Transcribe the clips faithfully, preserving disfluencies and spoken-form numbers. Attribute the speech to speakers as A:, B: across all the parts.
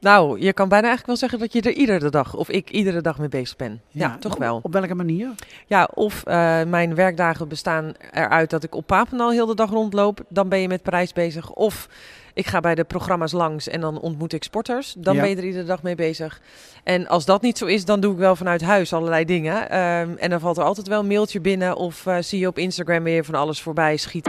A: Nou, je kan bijna eigenlijk wel zeggen dat je er iedere dag, of ik iedere dag mee bezig ben. Ja, ja toch
B: op,
A: wel.
B: Op welke manier?
A: Ja, of uh, mijn werkdagen bestaan eruit dat ik op Papendal heel de dag rondloop. Dan ben je met Parijs bezig. Of ik ga bij de programma's langs en dan ontmoet ik sporters. Dan ja. ben je er iedere dag mee bezig. En als dat niet zo is, dan doe ik wel vanuit huis allerlei dingen. Um, en dan valt er altijd wel een mailtje binnen of uh, zie je op Instagram weer van alles voorbij schieten.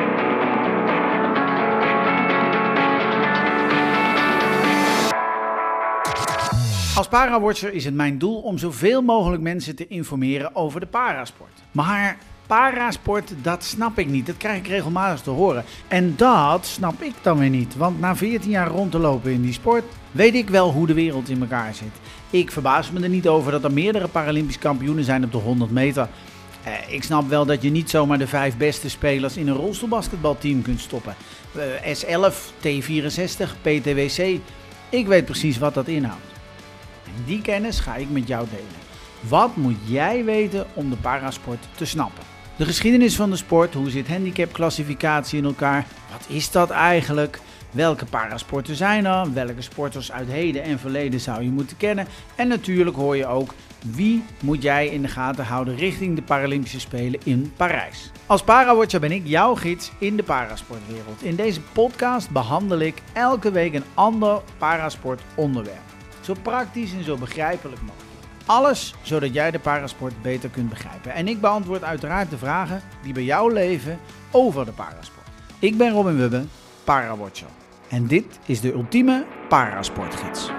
B: Als parawatcher is het mijn doel om zoveel mogelijk mensen te informeren over de parasport. Maar parasport, dat snap ik niet. Dat krijg ik regelmatig te horen. En dat snap ik dan weer niet. Want na veertien jaar rond te lopen in die sport, weet ik wel hoe de wereld in elkaar zit. Ik verbaas me er niet over dat er meerdere Paralympisch kampioenen zijn op de honderd meter. Eh, ik snap wel dat je niet zomaar de vijf beste spelers in een rolstoelbasketbalteam kunt stoppen. Eh, S elf, T vierenzestig, P T W C. Ik weet precies wat dat inhoudt. En die kennis ga ik met jou delen. Wat moet jij weten om de parasport te snappen? De geschiedenis van de sport, hoe zit handicapclassificatie in elkaar? Wat is dat eigenlijk? Welke parasporten zijn er? Welke sporters uit heden en verleden zou je moeten kennen? En natuurlijk hoor je ook, wie moet jij in de gaten houden richting de Paralympische Spelen in Parijs? Als parawatcher ben ik jouw gids in de parasportwereld. In deze podcast behandel ik elke week een ander parasportonderwerp. Zo praktisch en zo begrijpelijk mogelijk. Alles zodat jij de parasport beter kunt begrijpen. En ik beantwoord uiteraard de vragen die bij jou leven over de parasport. Ik ben Robin Wubbe, parawatcher. En dit is de ultieme parasportgids.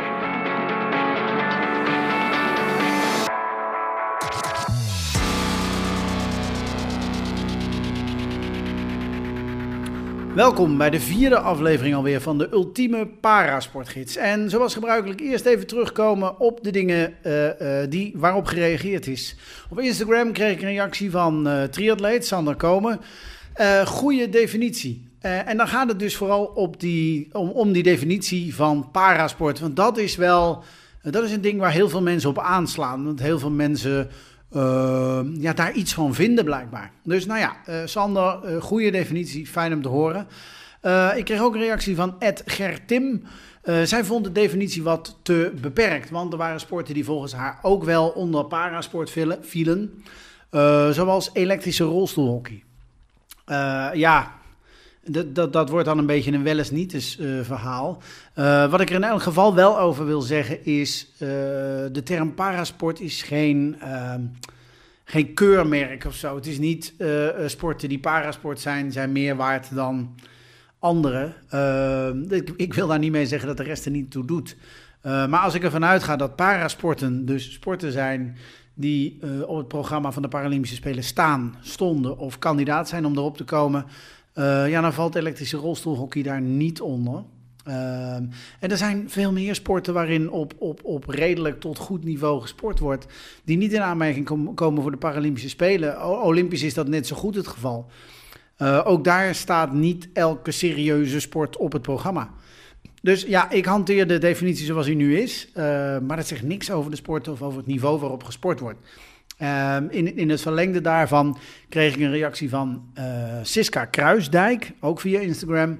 B: Welkom bij de vierde aflevering alweer van de ultieme parasportgids. En zoals gebruikelijk eerst even terugkomen op de dingen uh, uh, die, waarop gereageerd is. Op Instagram kreeg ik een reactie van uh, triatleet Sander Komen. Uh, goeie definitie. Uh, en dan gaat het dus vooral op die, om, om die definitie van parasport. Want dat is wel, uh, dat is een ding waar heel veel mensen op aanslaan. Want heel veel mensen Uh, ja, daar iets van vinden blijkbaar. Dus nou ja, uh, Sander, uh, goede definitie, fijn om te horen. Uh, ik kreeg ook een reactie van Ed Gertim. Uh, zij vond de definitie wat te beperkt, want er waren sporten die volgens haar ook wel onder parasport vielen. Uh, zoals elektrische rolstoelhockey. Uh, ja... Dat, dat, dat wordt dan een beetje een wel eens niet eens uh, verhaal. Uh, wat ik er in elk geval wel over wil zeggen is, uh, de term parasport is geen, uh, geen keurmerk of zo. Het is niet uh, sporten die parasport zijn, zijn meer waard dan andere. Uh, ik, ik wil daar niet mee zeggen dat de rest er niet toe doet. Uh, maar als ik ervan uitga dat parasporten dus sporten zijn die uh, op het programma van de Paralympische Spelen staan, stonden of kandidaat zijn om erop te komen, Uh, ja, dan valt elektrische rolstoelhockey daar niet onder. Uh, en er zijn veel meer sporten waarin op, op, op redelijk tot goed niveau gesport wordt, die niet in aanmerking kom, komen voor de Paralympische Spelen. O- Olympisch is dat net zo goed het geval. Uh, ook daar staat niet elke serieuze sport op het programma. Dus ja, ik hanteer de definitie zoals die nu is, uh, maar dat zegt niks over de sport of over het niveau waarop gesport wordt. Uh, in, in het verlengde daarvan kreeg ik een reactie van uh, Siska Kruisdijk, ook via Instagram.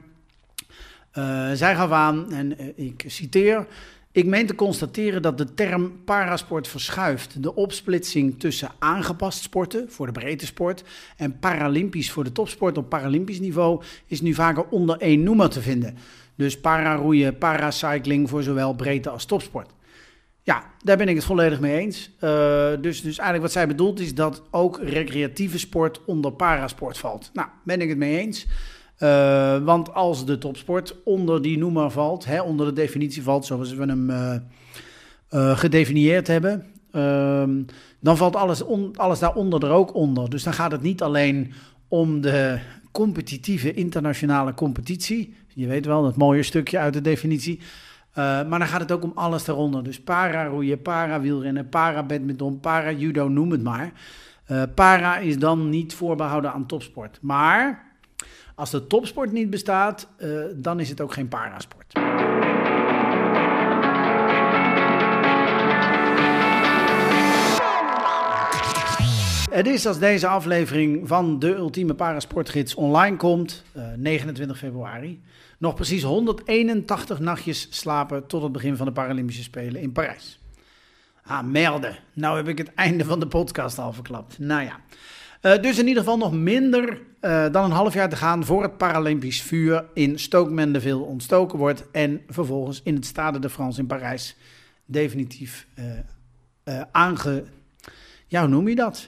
B: Uh, zij gaf aan, en uh, ik citeer: ik meen te constateren dat de term parasport verschuift. De opsplitsing tussen aangepast sporten voor de breedte sport en paralympisch voor de topsport op paralympisch niveau is nu vaker onder één noemer te vinden. Dus pararoeien, paracycling voor zowel breedte als topsport. Ja, daar ben ik het volledig mee eens. Uh, dus, dus eigenlijk wat zij bedoelt is dat ook recreatieve sport onder parasport valt. Nou, ben ik het mee eens. Uh, want als de topsport onder die noemer valt, hè, onder de definitie valt zoals we hem uh, uh, gedefinieerd hebben, uh, dan valt alles, on, alles daaronder er ook onder. Dus dan gaat het niet alleen om de competitieve internationale competitie. Je weet wel, dat mooie stukje uit de definitie. Uh, maar dan gaat het ook om alles daaronder. Dus para-roeien, para-wielrennen, para-badminton, para-judo, noem het maar. Uh, para is dan niet voorbehouden aan topsport. Maar als de topsport niet bestaat, uh, dan is het ook geen parasport. Het is als deze aflevering van de Ultieme Parasportgids online komt, uh, negenentwintig februari, nog precies honderdeenentachtig nachtjes slapen tot het begin van de Paralympische Spelen in Parijs. Ah, merde. Nou heb ik het einde van de podcast al verklapt. Nou ja. Uh, dus in ieder geval nog minder uh, dan een half jaar te gaan voor het Paralympisch vuur in Stoke-Mandeville ontstoken wordt en vervolgens in het Stade de France in Parijs definitief uh, uh, aange... Ja, hoe noem je dat?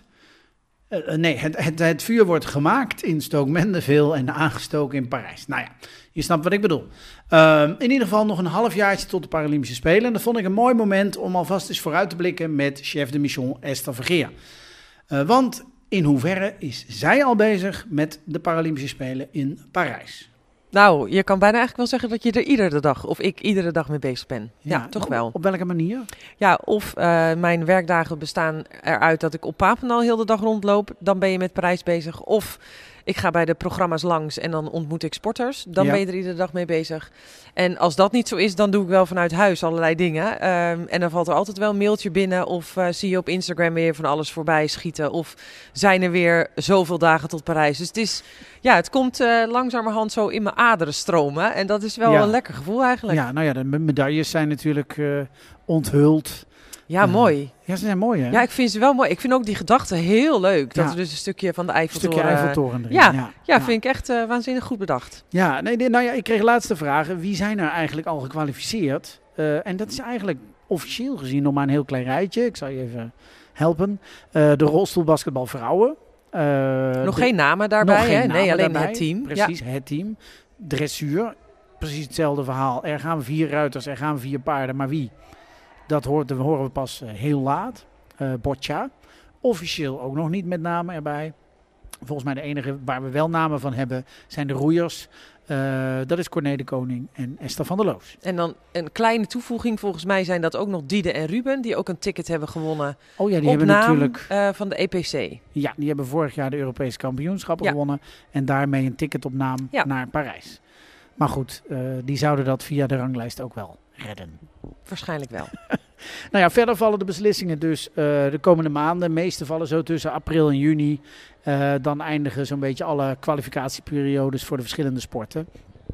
B: Uh, nee, het, het, het vuur wordt gemaakt in Stoke-Mandeville en aangestoken in Parijs. Nou ja, je snapt wat ik bedoel. Uh, in ieder geval nog een halfjaartje tot de Paralympische Spelen. En dat vond ik een mooi moment om alvast eens vooruit te blikken met chef de mission Esther Vergeer. Uh, want in hoeverre is zij al bezig met de Paralympische Spelen in Parijs?
A: Nou, je kan bijna eigenlijk wel zeggen dat je er iedere dag, of ik iedere dag mee bezig ben. Ja, ja toch
B: op,
A: wel.
B: Op welke manier?
A: Ja, of uh, mijn werkdagen bestaan eruit dat ik op Papendal heel de dag rondloop. Dan ben je met Parijs bezig. Of ik ga bij de programma's langs en dan ontmoet ik sporters. Dan ja. ben je er iedere dag mee bezig. En als dat niet zo is, dan doe ik wel vanuit huis allerlei dingen. Um, en dan valt er altijd wel een mailtje binnen. Of uh, zie je op Instagram weer van alles voorbij schieten. Of zijn er weer zoveel dagen tot Parijs. Dus het is, ja, het komt uh, langzamerhand zo in mijn aderen stromen. En dat is wel ja. een lekker gevoel eigenlijk.
B: Ja, nou ja, de medailles zijn natuurlijk uh, onthuld.
A: Ja, mooi.
B: Ja, ze zijn mooi, hè?
A: Ja, ik vind ze wel mooi. Ik vind ook die gedachte heel leuk. Dat
B: ja.
A: er dus een stukje van de Eiffeltoren...
B: Een stukje Eiffeltoren erin.
A: Ja, ja,
B: ja.
A: ja, vind ik echt uh, waanzinnig goed bedacht.
B: Ja, nee, nou ja, ik kreeg laatste vragen. Wie zijn er eigenlijk al gekwalificeerd? Uh, en dat is eigenlijk officieel gezien nog maar een heel klein rijtje. Ik zal je even helpen. Uh, de rolstoelbasketbal vrouwen.
A: Uh, nog de, geen namen daarbij,
B: nog geen
A: hè?
B: Namen
A: nee, alleen
B: daarbij.
A: Het team.
B: Precies,
A: ja.
B: het team. Dressuur, precies hetzelfde verhaal. Er gaan vier ruiters, er gaan vier paarden, maar wie? Dat hoort, dat horen we pas uh, heel laat. Uh, Boccia. Officieel ook nog niet met namen erbij. Volgens mij de enige waar we wel namen van hebben zijn de roeiers. Uh, dat is Corné de Koning en Esther van der Loos.
A: En dan een kleine toevoeging. Volgens mij zijn dat ook nog Diede en Ruben. Die ook een ticket hebben gewonnen.
B: Oh ja, die
A: op
B: hebben
A: naam,
B: natuurlijk
A: uh, van de E P C.
B: Ja, die hebben vorig jaar de Europese kampioenschappen
A: ja. gewonnen.
B: En daarmee een ticket op naam ja. naar Parijs. Maar goed, uh, die zouden dat via de ranglijst ook wel redden.
A: Waarschijnlijk wel.
B: Nou ja, verder vallen de beslissingen dus uh, de komende maanden. De meeste vallen zo tussen april en juni. Uh, dan eindigen zo'n beetje alle kwalificatieperiodes voor de verschillende sporten.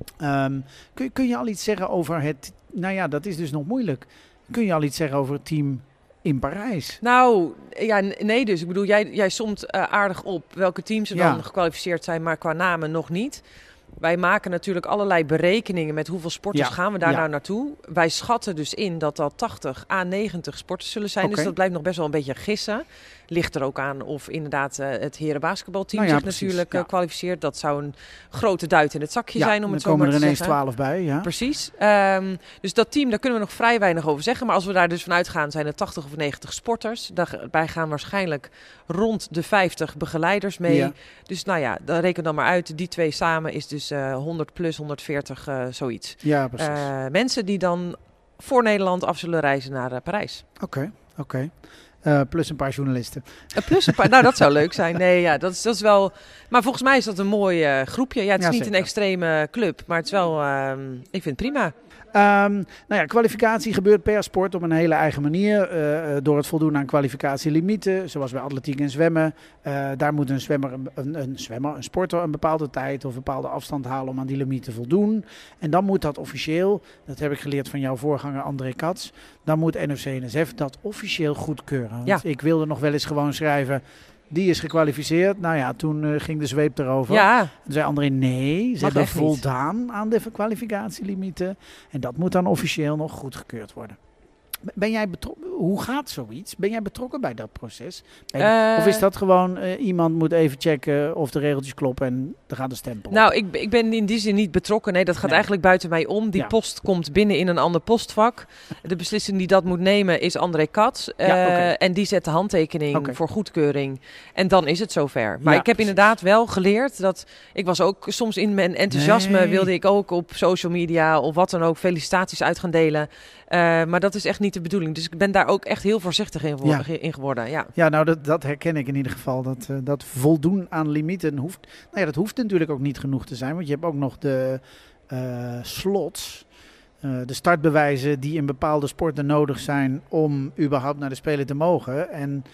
B: Um, kun, kun je al iets zeggen over het... Nou ja, dat is dus nog moeilijk. Kun je al iets zeggen over het team in Parijs?
A: Nou, ja, nee dus. Ik bedoel, jij, jij somt uh, aardig op welke teams er ja. dan gekwalificeerd zijn, maar qua namen nog niet. Wij maken natuurlijk allerlei berekeningen met hoeveel sporters ja, gaan we daar ja. nou naartoe. Wij schatten dus in dat dat tachtig à negentig sporters zullen zijn. Okay. Dus dat blijft nog best wel een beetje gissen. Ligt er ook aan of inderdaad uh, het herenbasketbalteam nou ja, zich precies, natuurlijk ja. uh, kwalificeert. Dat zou een grote duit in het zakje
B: ja,
A: zijn om het zo maar te zeggen.
B: Dan komen er ineens twaalf bij. Ja.
A: Precies. Um, dus dat team, daar kunnen we nog vrij weinig over zeggen. Maar als we daar dus vanuit gaan, zijn er tachtig of negentig sporters. Daarbij gaan waarschijnlijk rond de vijftig begeleiders mee. Ja. Dus nou ja, dan reken dan maar uit. Die twee samen is dus uh, honderd plus honderdveertig, uh, zoiets.
B: Ja, precies.
A: Uh, mensen die dan voor Nederland af zullen reizen naar uh, Parijs.
B: Oké, okay, oké. Okay. Uh, plus een paar journalisten.
A: Uh, plus een paar, nou dat zou leuk zijn. Nee, ja, dat is, dat is wel... Maar volgens mij is dat een mooi uh, groepje. Ja, het is ja, niet zeker. Een extreme club, maar het is wel... Uh, ik vind het prima.
B: Um, nou ja, kwalificatie gebeurt per sport op een hele eigen manier. Uh, door het voldoen aan kwalificatielimieten, zoals bij atletiek en zwemmen. Uh, daar moet een zwemmer, een, een zwemmer, een sporter een bepaalde tijd of een bepaalde afstand halen om aan die limiet te voldoen. En dan moet dat officieel, dat heb ik geleerd van jouw voorganger André Katz, dan moet N O C N S F dat officieel goedkeuren. Want ja. ik wilde nog wel eens gewoon schrijven... Die is gekwalificeerd. Nou ja, toen uh, ging de zweep erover.
A: Ja.
B: Toen zei André, nee, ze hebben voldaan niet. aan de kwalificatielimieten. En dat moet dan officieel nog goedgekeurd worden. Ben jij betrokken? Hoe gaat zoiets? Ben jij betrokken bij dat proces? Ben je, uh, of is dat gewoon uh, iemand moet even checken of de regeltjes kloppen en er gaat een stempel op?
A: Nou, ik, ik ben in die zin niet betrokken. Nee, dat gaat nee. eigenlijk buiten mij om. Die ja. post komt binnen in een ander postvak. De beslissing die dat moet nemen is André Katz. Uh, ja, okay. En die zet de handtekening okay. voor goedkeuring. En dan is het zover. Maar ja, ik heb precies. inderdaad wel geleerd dat... Ik was ook soms in mijn enthousiasme nee. wilde ik ook op social media of wat dan ook felicitaties uit gaan delen. Uh, maar dat is echt niet de bedoeling. Dus ik ben daar ook echt heel voorzichtig in, ja. in geworden. Ja,
B: ja nou dat, dat herken ik in ieder geval. Dat, uh, dat voldoen aan limieten hoeft... Nou ja, dat hoeft natuurlijk ook niet genoeg te zijn. Want je hebt ook nog de uh, slots... Uh, de startbewijzen die in bepaalde sporten nodig zijn om überhaupt naar de Spelen te mogen. En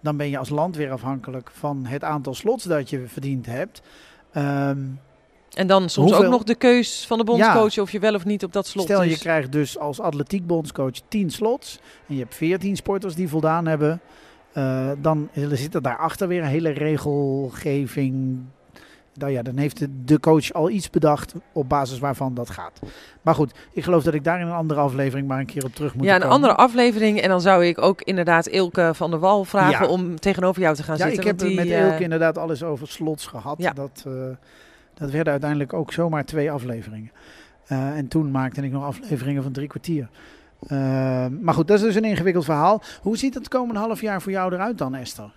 B: dan ben je als land weer afhankelijk van het aantal slots dat je verdiend hebt. Um,
A: en dan soms hoeveel... ook nog de keus van de bondscoach ja, of je wel of niet op dat slot
B: stel,
A: is.
B: Je krijgt dus als atletiekbondscoach tien slots en je hebt veertien sporters die voldaan hebben. Uh, dan zit er daarachter weer een hele regelgeving. Nou ja, dan heeft de, de coach al iets bedacht op basis waarvan dat gaat. Maar goed, ik geloof dat ik daar in een andere aflevering maar een keer op terug moet komen.
A: Ja, een
B: komen.
A: andere aflevering. En dan zou ik ook inderdaad Ilke van der Wal vragen ja. om tegenover jou te gaan
B: ja,
A: zitten.
B: Ja, ik heb
A: die,
B: met
A: uh...
B: Ilke inderdaad alles over slots gehad. Ja. Dat, uh, dat werden uiteindelijk ook zomaar twee afleveringen. Uh, en toen maakte ik nog afleveringen van drie kwartier. Uh, maar goed, dat is dus een ingewikkeld verhaal. Hoe ziet het komende half jaar voor jou eruit dan, Esther?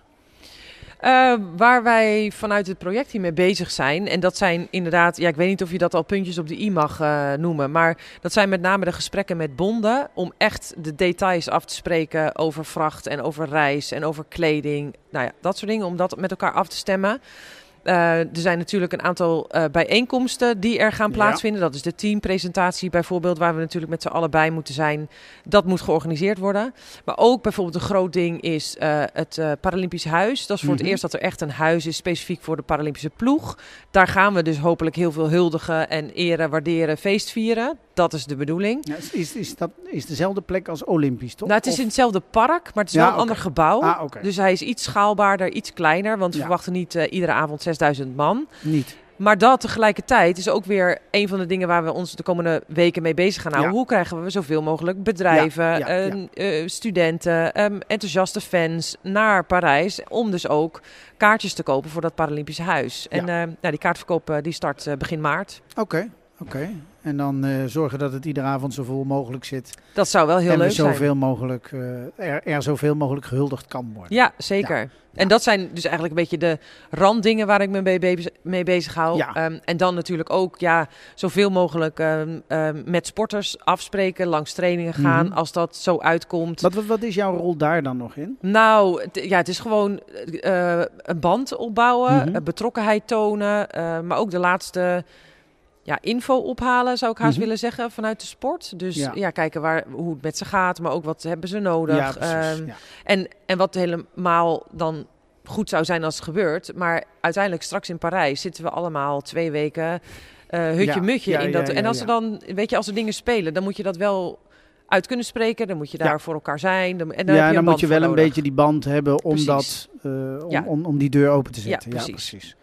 A: Uh, waar wij vanuit het project hiermee bezig zijn, en dat zijn inderdaad, ja, ik weet niet of je dat al puntjes op de i mag uh, noemen, maar dat zijn met name de gesprekken met bonden om echt de details af te spreken over vracht en over reis en over kleding, nou ja, dat soort dingen, om dat met elkaar af te stemmen. Uh, er zijn natuurlijk een aantal uh, bijeenkomsten die er gaan plaatsvinden. Ja. Dat is de teampresentatie bijvoorbeeld, waar we natuurlijk met z'n allen bij moeten zijn. Dat moet georganiseerd worden. Maar ook bijvoorbeeld een groot ding is uh, het uh, Paralympisch Huis. Dat is voor mm-hmm. het eerst dat er echt een huis is specifiek voor de Paralympische ploeg. Daar gaan we dus hopelijk heel veel huldigen en eren, waarderen, feest vieren. Dat is de bedoeling.
B: Ja, is, is dat is dezelfde plek als Olympisch, toch?
A: Nou, het is of... in hetzelfde park, maar het is ja, wel een okay. ander gebouw.
B: Ah, okay.
A: Dus hij is iets schaalbaarder, iets kleiner. Want we ja. verwachten niet uh, iedere avond zesduizend man.
B: Niet.
A: Maar dat tegelijkertijd is ook weer een van de dingen waar we ons de komende weken mee bezig gaan houden. Ja. Hoe krijgen we zoveel mogelijk bedrijven, ja, ja, ja. Uh, uh, studenten, um, enthousiaste fans naar Parijs. Om dus ook kaartjes te kopen voor dat Paralympische Huis. Ja. En uh, nou, die kaartverkoop uh, die start uh, begin maart.
B: Oké, okay, oké. Okay. En dan uh, zorgen dat het iedere avond zo vol mogelijk zit.
A: Dat zou wel heel
B: en
A: leuk
B: zoveel
A: zijn.
B: Mogelijk, uh, er, er zoveel mogelijk gehuldigd kan worden.
A: Ja, zeker. Ja. En dat zijn dus eigenlijk een beetje de randdingen waar ik me mee, be- mee bezig hou.
B: Ja.
A: Um, en dan natuurlijk ook ja, zoveel mogelijk um, um, met sporters afspreken, langs trainingen gaan, mm-hmm. als dat zo uitkomt.
B: Wat, wat, wat is jouw rol daar dan nog in?
A: Nou, t- ja, het is gewoon uh, een band opbouwen,
B: mm-hmm.
A: betrokkenheid tonen, uh, maar ook de laatste... Ja, info ophalen zou ik haast
B: mm-hmm.
A: willen zeggen vanuit de sport. Dus ja,
B: ja
A: kijken waar, hoe het met ze gaat, maar ook wat hebben ze nodig.
B: Ja, precies,
A: um,
B: ja.
A: en, en wat helemaal dan goed zou zijn als het gebeurt. Maar uiteindelijk straks in Parijs zitten we allemaal twee weken uh, hutje-mutje
B: ja, ja,
A: in dat.
B: Ja, ja,
A: en als
B: ja.
A: er dan, weet je, als er dingen spelen, dan moet je dat wel uit kunnen spreken. Dan moet je daar ja. voor elkaar zijn. Dan, en dan
B: ja,
A: heb je
B: dan
A: een
B: moet je wel
A: een
B: nodig. beetje die band hebben om, dat, uh, om,
A: ja.
B: om, om die deur open te zetten.
A: Ja, precies.
B: Ja, precies.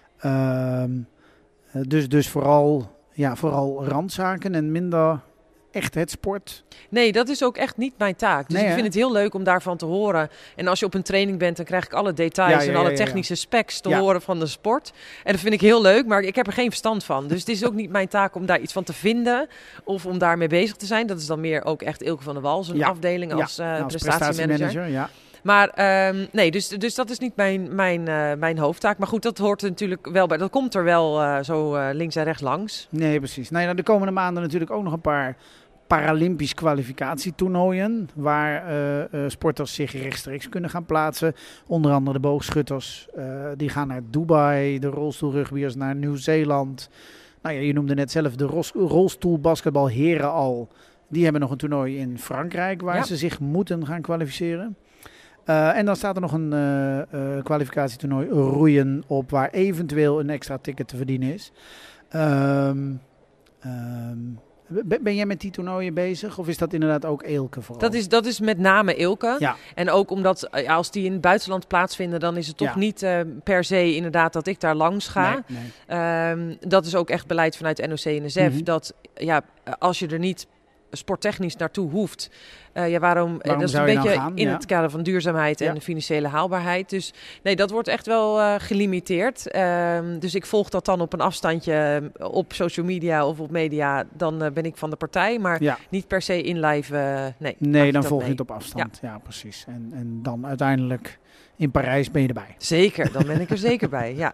B: Um, dus, dus vooral... Ja, vooral randzaken en minder echt het sport.
A: Nee, dat is ook echt niet mijn taak. Dus
B: nee,
A: ik vind
B: hè?
A: het heel leuk om daarvan te horen. En als je op een training bent, dan krijg ik alle details
B: ja, ja,
A: en alle
B: ja,
A: technische
B: ja.
A: specs te
B: ja.
A: horen van de sport. En dat vind ik heel leuk, maar ik heb er geen verstand van. Dus het is ook niet mijn taak om daar iets van te vinden of om daarmee bezig te zijn. Dat is dan meer ook echt Ilke van der Wal, zo'n
B: ja.
A: afdeling als,
B: ja.
A: uh,
B: als
A: prestatiemanager.
B: prestatiemanager. Ja.
A: Maar um, nee, dus, dus dat is niet mijn, mijn, uh, mijn hoofdtaak. Maar goed, dat hoort er natuurlijk wel bij. Dat komt er wel uh, zo uh, links en rechts langs.
B: Nee, precies. Nou ja, de komende maanden natuurlijk ook nog een paar Paralympisch kwalificatietoernooien. Waar uh, uh, sporters zich rechtstreeks kunnen gaan plaatsen. Onder andere de boogschutters. Uh, die gaan naar Dubai. De rolstoelrugbiers naar Nieuw-Zeeland. Nou ja, je noemde net zelf de ros- rolstoelbasketbalheren al. Die hebben nog een toernooi in Frankrijk waar ja. ze zich moeten gaan kwalificeren. Uh, en dan staat er nog een uh, uh, kwalificatietoernooi roeien op waar eventueel een extra ticket te verdienen is. Um, um, ben, ben jij met die toernooien bezig of is dat inderdaad ook Ilke vooral?
A: Dat is, dat is met name Ilke.
B: Ja.
A: En ook omdat ja, als die in het buitenland plaatsvinden, dan is het toch ja. niet uh, per se inderdaad dat ik daar langs ga.
B: Nee, nee.
A: Um, dat is ook echt beleid vanuit N O C N S F. Mm-hmm. Dat ja, als je er niet sporttechnisch naartoe hoeft. Uh, ja, waarom?
B: waarom
A: dat is een beetje
B: gaan?
A: in
B: ja.
A: het kader van duurzaamheid en
B: ja.
A: financiële haalbaarheid. Dus nee, dat wordt echt wel uh, gelimiteerd. Uh, dus ik volg dat dan op een afstandje op social media of op media. Dan uh, ben ik van de partij, maar
B: ja.
A: niet per se in live. Uh, nee,
B: nee dan volg je
A: mee.
B: het op afstand. Ja, ja precies. En, en dan uiteindelijk in Parijs ben je erbij.
A: Zeker, dan ben ik er zeker bij, ja.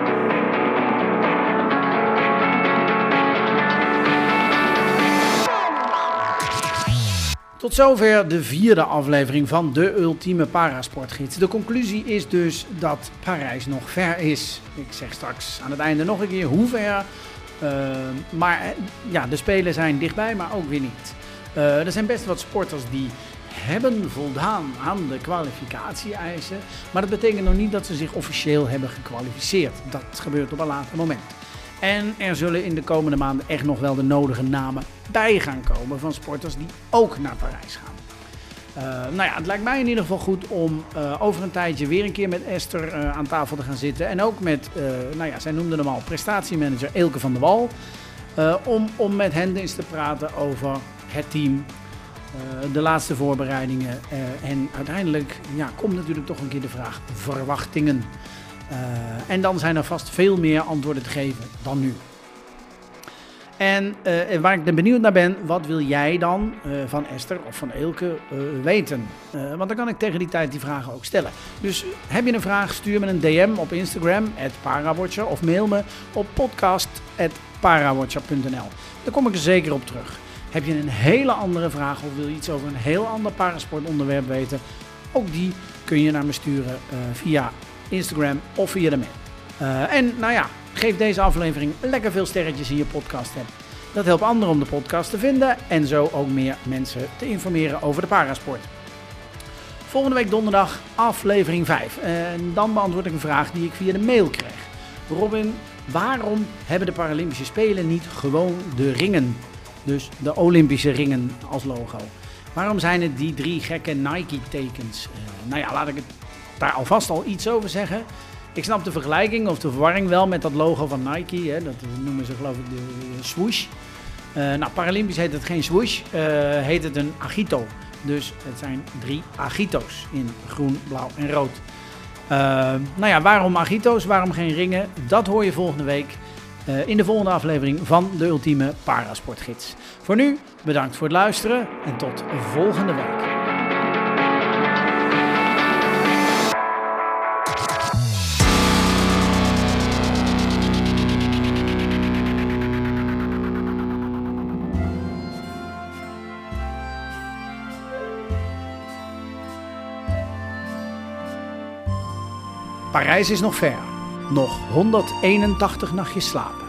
B: Tot zover de vierde aflevering van de Ultieme Parasportgids. De conclusie is dus dat Parijs nog ver is. Ik zeg straks aan het einde nog een keer hoe ver. Uh, maar ja, de Spelen zijn dichtbij, maar ook weer niet. Uh, er zijn best wat sporters die hebben voldaan aan de kwalificatie-eisen. Maar dat betekent nog niet dat ze zich officieel hebben gekwalificeerd. Dat gebeurt op een later moment. En er zullen in de komende maanden echt nog wel de nodige namen bij gaan komen van sporters die ook naar Parijs gaan. Uh, nou ja, het lijkt mij in ieder geval goed om uh, over een tijdje weer een keer met Esther uh, aan tafel te gaan zitten. En ook met, uh, nou ja, zij noemde hem al, prestatiemanager Eelke van der Wal. Uh, om, om met hen eens te praten over het team, uh, de laatste voorbereidingen. Uh, en uiteindelijk ja, komt natuurlijk toch een keer de vraag verwachtingen. Uh, en dan zijn er vast veel meer antwoorden te geven dan nu. En uh, waar ik benieuwd naar ben, wat wil jij dan uh, van Esther of van Eelke uh, weten? Uh, want dan kan ik tegen die tijd die vragen ook stellen. Dus heb je een vraag, stuur me een D M op Instagram, at parawatcher, of mail me op podcast at parawatcher punt n l. Daar kom ik er zeker op terug. Heb je een hele andere vraag of wil je iets over een heel ander parasportonderwerp weten? Ook die kun je naar me sturen uh, via Instagram of via de mail. Uh, en nou ja, geef deze aflevering lekker veel sterretjes in je podcast app. Dat helpt anderen om de podcast te vinden en zo ook meer mensen te informeren over de parasport. Volgende week donderdag aflevering vijf. En dan beantwoord ik een vraag die ik via de mail kreeg. Robin, waarom hebben de Paralympische Spelen niet gewoon de ringen? Dus de Olympische ringen als logo. Waarom zijn het die drie gekke Nike-tekens? Uh, nou ja, laat ik het daar alvast al iets over zeggen. Ik snap de vergelijking of de verwarring wel met dat logo van Nike. Hè? Dat noemen ze geloof ik de, de swoosh. Uh, nou, Paralympisch heet het geen swoosh, uh, heet het een agito. Dus het zijn drie agito's in groen, blauw en rood. Uh, nou ja, waarom agito's, waarom geen ringen? Dat hoor je volgende week uh, in de volgende aflevering van de Ultieme Parasportgids. Voor nu, bedankt voor het luisteren en tot volgende week. Parijs is nog ver. Nog honderdeenentachtig nachtjes slapen.